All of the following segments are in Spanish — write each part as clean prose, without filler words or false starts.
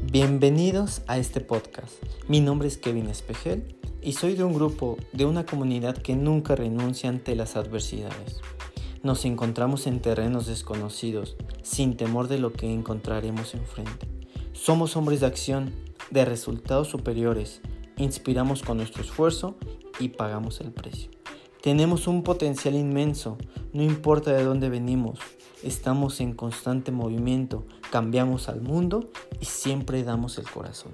Bienvenidos a este podcast. Mi nombre es Kevin Espejel y soy de un grupo, de una comunidad que nunca renuncia ante las adversidades. Nos encontramos en terrenos desconocidos, sin temor de lo que encontraremos enfrente. Somos hombres de acción, de resultados superiores, inspiramos con nuestro esfuerzo y pagamos el precio. Tenemos un potencial inmenso, no importa de dónde venimos, estamos en constante movimiento, cambiamos al mundo y siempre damos el corazón.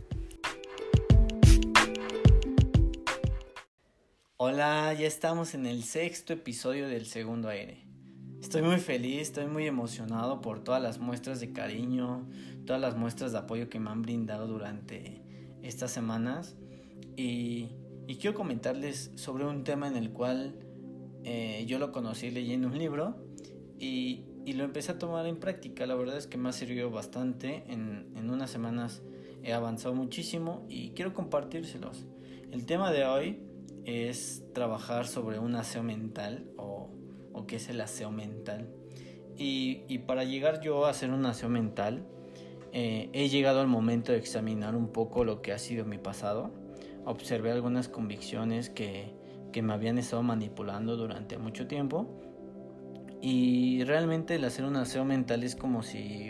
Hola, ya estamos en el 6º episodio del Segundo Aire. Estoy muy feliz, estoy muy emocionado por todas las muestras de cariño, todas las muestras de apoyo que me han brindado durante estas semanas y quiero comentarles sobre un tema en el cual yo lo conocí leyendo un libro y lo empecé a tomar en práctica. La verdad es que me ha servido bastante. En unas semanas he avanzado muchísimo y quiero compartírselos. El tema de hoy es trabajar sobre un aseo mental o qué es el aseo mental. Y para llegar yo a hacer un aseo mental, he llegado al momento de examinar un poco lo que ha sido mi pasado. Observé algunas convicciones que me habían estado manipulando durante mucho tiempo. Y realmente el hacer un aseo mental es como si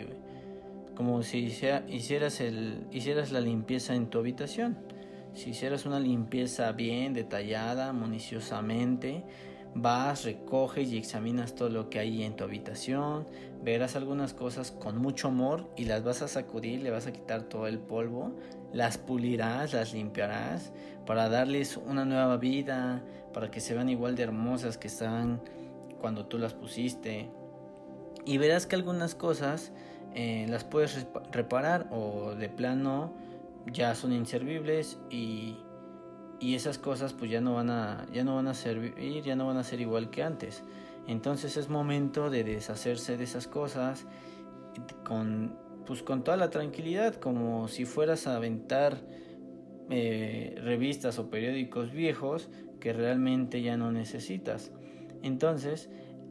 hicieras la limpieza en tu habitación. Si hicieras una limpieza bien detallada, minuciosamente, vas, recoges y examinas todo lo que hay en tu habitación, verás algunas cosas con mucho amor y las vas a sacudir, le vas a quitar todo el polvo, las pulirás, las limpiarás para darles una nueva vida, para que se vean igual de hermosas que estaban cuando tú las pusiste. Y verás que algunas cosas las puedes reparar o de plano ya son inservibles y esas cosas pues ya no van a servir, ya no van a ser igual que antes. Entonces es momento de deshacerse de esas cosas con toda la tranquilidad, como si fueras a aventar revistas o periódicos viejos que realmente ya no necesitas. Entonces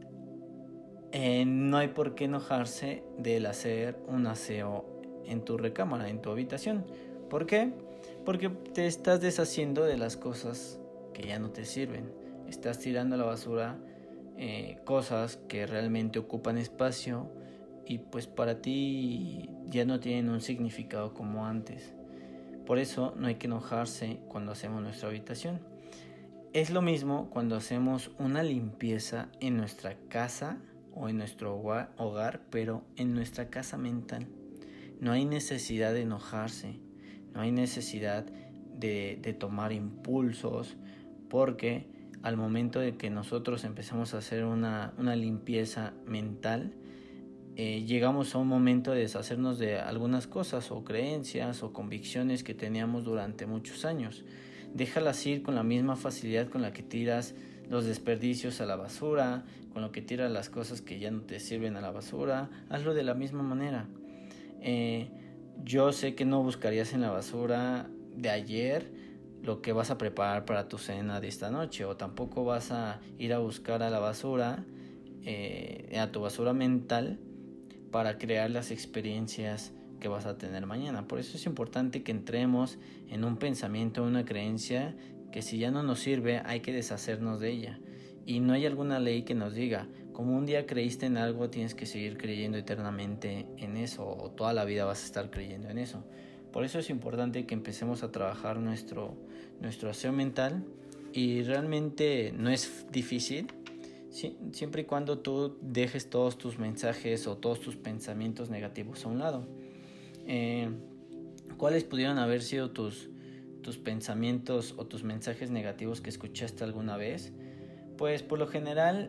no hay por qué enojarse del hacer un aseo en tu recámara, en tu habitación. ¿Por qué? Porque te estás deshaciendo de las cosas que ya no te sirven. Estás tirando a la basura cosas que realmente ocupan espacio y pues para ti ya no tienen un significado como antes. Por eso no hay que enojarse cuando hacemos nuestra habitación. Es lo mismo cuando hacemos una limpieza en nuestra casa o en nuestro hogar, pero en nuestra casa mental. No hay necesidad de enojarse, no hay necesidad de tomar impulsos, porque al momento de que nosotros empezamos a hacer una limpieza mental, llegamos a un momento de deshacernos de algunas cosas o creencias o convicciones que teníamos durante muchos años. Déjalas ir con la misma facilidad con la que tiras los desperdicios a la basura, con lo que tiras las cosas que ya no te sirven a la basura. Hazlo de la misma manera. Yo sé que no buscarías en la basura de ayer lo que vas a preparar para tu cena de esta noche, o tampoco vas a ir a buscar a la basura, a tu basura mental, para crear las experiencias que vas a tener mañana. Por eso es importante que entremos en un pensamiento, una creencia que si ya no nos sirve hay que deshacernos de ella. Y no hay alguna ley que nos diga, como un día creíste en algo, tienes que seguir creyendo eternamente en eso, o toda la vida vas a estar creyendo en eso. Por eso es importante que empecemos a trabajar nuestro aseo mental, y realmente no es difícil. Siempre y cuando tú dejes todos tus mensajes o todos tus pensamientos negativos a un lado. ¿Cuáles pudieron haber sido tus pensamientos o tus mensajes negativos que escuchaste alguna vez? Pues por lo general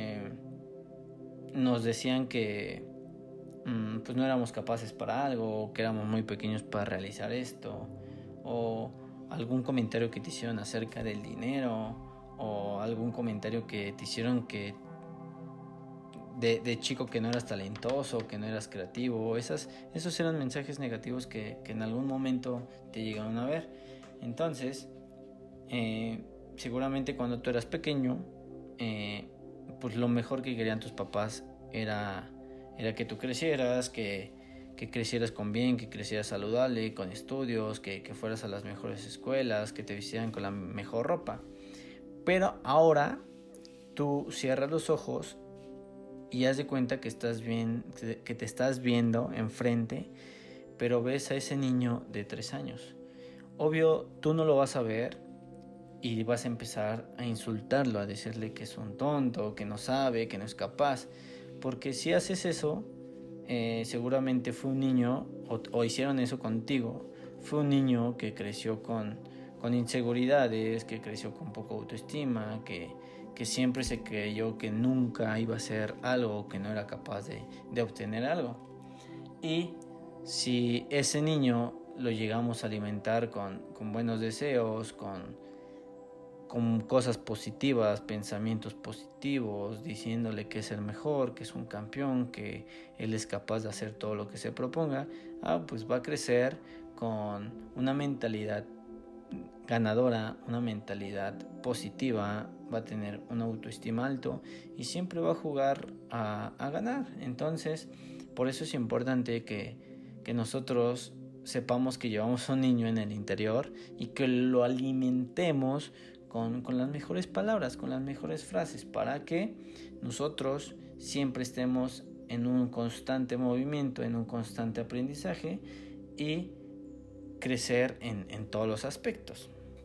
nos decían que pues no éramos capaces para algo, o que éramos muy pequeños para realizar esto, o algún comentario que te hicieron acerca del dinero, o algún comentario que te hicieron que de chico que no eras talentoso, que no eras creativo. Esos eran mensajes negativos que en algún momento te llegaron a ver. Entonces seguramente cuando tú eras pequeño, pues lo mejor que querían tus papás era que tú crecieras, que crecieras con bien, que crecieras saludable, con estudios, que fueras a las mejores escuelas, que te vistieran con la mejor ropa. Pero ahora tú cierras los ojos y haz de cuenta que estás bien, que te estás viendo enfrente, pero ves a ese niño de 3 años. Obvio, tú no lo vas a ver y vas a empezar a insultarlo, a decirle que es un tonto, que no sabe, que no es capaz. Porque si haces eso, seguramente fue un niño, o hicieron eso contigo, fue un niño que creció con inseguridades, que creció con poca autoestima, que siempre se creyó que nunca iba a hacer algo, que no era capaz de obtener algo. Y si ese niño lo llegamos a alimentar con buenos deseos, con cosas positivas, pensamientos positivos, diciéndole que es el mejor, que es un campeón, que él es capaz de hacer todo lo que se proponga, pues va a crecer con una mentalidad ganadora, una mentalidad positiva, va a tener una autoestima alto y siempre va a jugar a ganar. Entonces, por eso es importante que nosotros sepamos que llevamos a un niño en el interior y que lo alimentemos con las mejores palabras, con las mejores frases, para que nosotros siempre estemos en un constante movimiento, en un constante aprendizaje y crecer en todos los aspectos.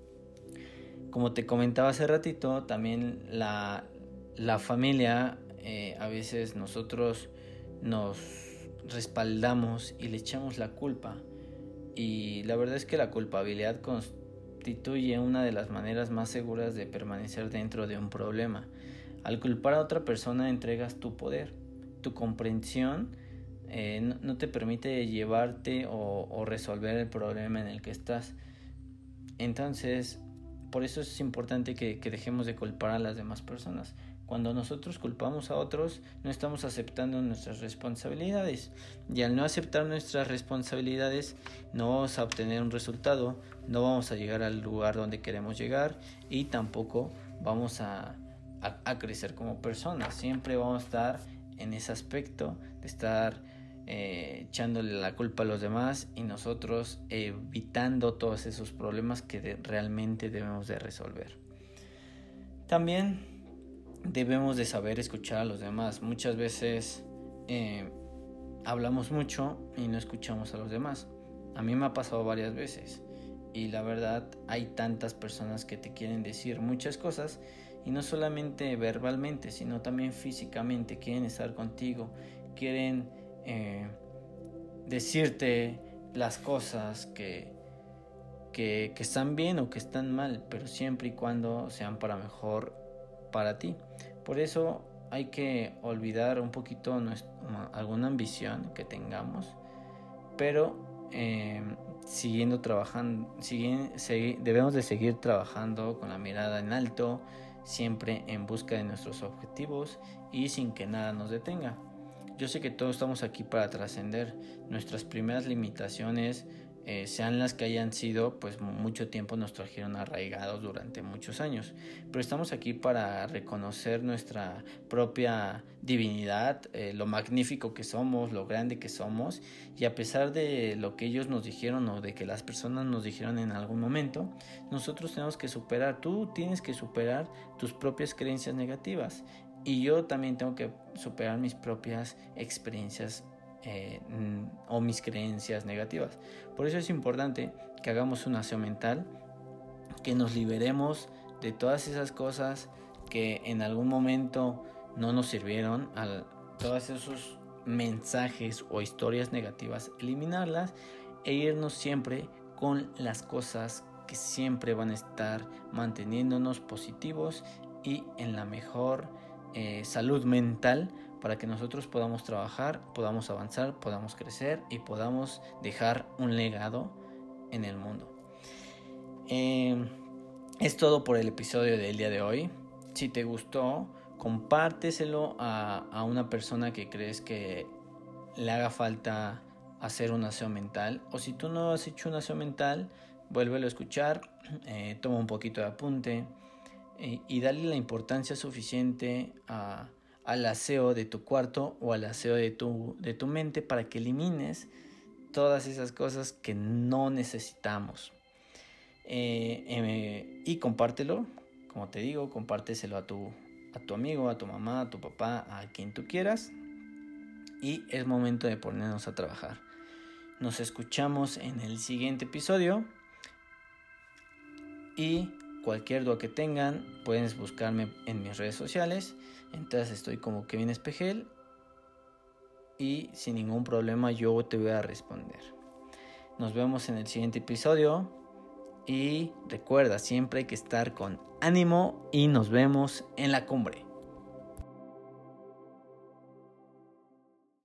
Como te comentaba hace ratito, también la familia, a veces nosotros nos respaldamos y le echamos la culpa, y la verdad es que la culpabilidad constituye una de las maneras más seguras de permanecer dentro de un problema. Al culpar a otra persona entregas tu poder, tu comprensión no te permite llevarte o resolver el problema en el que estás. Entonces, por eso es importante que dejemos de culpar a las demás personas. Cuando nosotros culpamos a otros, no estamos aceptando nuestras responsabilidades. Y al no aceptar nuestras responsabilidades, no vamos a obtener un resultado, no vamos a llegar al lugar donde queremos llegar y tampoco vamos a crecer como personas. Siempre vamos a estar en ese aspecto de estar echándole la culpa a los demás y nosotros evitando todos esos problemas que realmente debemos de resolver. También debemos de saber escuchar a los demás. Muchas veces hablamos mucho y no escuchamos a los demás. A mí me ha pasado varias veces y la verdad hay tantas personas que te quieren decir muchas cosas y no solamente verbalmente, sino también físicamente. Quieren estar contigo, quieren decirte las cosas que están bien o que están mal, pero siempre y cuando sean para mejor para ti. Por eso hay que olvidar un poquito alguna ambición que tengamos, pero siguiendo trabajando, debemos de seguir trabajando con la mirada en alto, siempre en busca de nuestros objetivos y sin que nada nos detenga. Yo sé que todos estamos aquí para trascender. Nuestras primeras limitaciones, sean las que hayan sido, pues mucho tiempo nos trajeron arraigados durante muchos años. Pero estamos aquí para reconocer nuestra propia divinidad, lo magnífico que somos, lo grande que somos. Y a pesar de lo que ellos nos dijeron o de que las personas nos dijeron en algún momento, nosotros tenemos que superar. Tú tienes que superar tus propias creencias negativas. Y yo también tengo que superar mis propias experiencias o mis creencias negativas. Por eso es importante que hagamos un aseo mental, que nos liberemos de todas esas cosas que en algún momento no nos sirvieron, todos esos mensajes o historias negativas, eliminarlas e irnos siempre con las cosas que siempre van a estar manteniéndonos positivos y en la mejor salud mental, para que nosotros podamos trabajar, podamos avanzar, podamos crecer y podamos dejar un legado en el mundo. Es todo por el episodio del día de hoy. Si te gustó, compárteselo a una persona que crees que le haga falta hacer un aseo mental, o si tú no has hecho un aseo mental, vuélvelo a escuchar, toma un poquito de apunte y dale la importancia suficiente a al aseo de tu cuarto o al aseo de tu mente para que elimines todas esas cosas que no necesitamos. Y compártelo, como te digo, compárteselo a tu amigo, a tu mamá, a tu papá, a quien tú quieras. Y es momento de ponernos a trabajar. Nos escuchamos en el siguiente episodio. Y cualquier duda que tengan, puedes buscarme en mis redes sociales. Entonces estoy como Kevin Espejel. Y sin ningún problema yo te voy a responder. Nos vemos en el siguiente episodio. Y recuerda, siempre hay que estar con ánimo y nos vemos en la cumbre.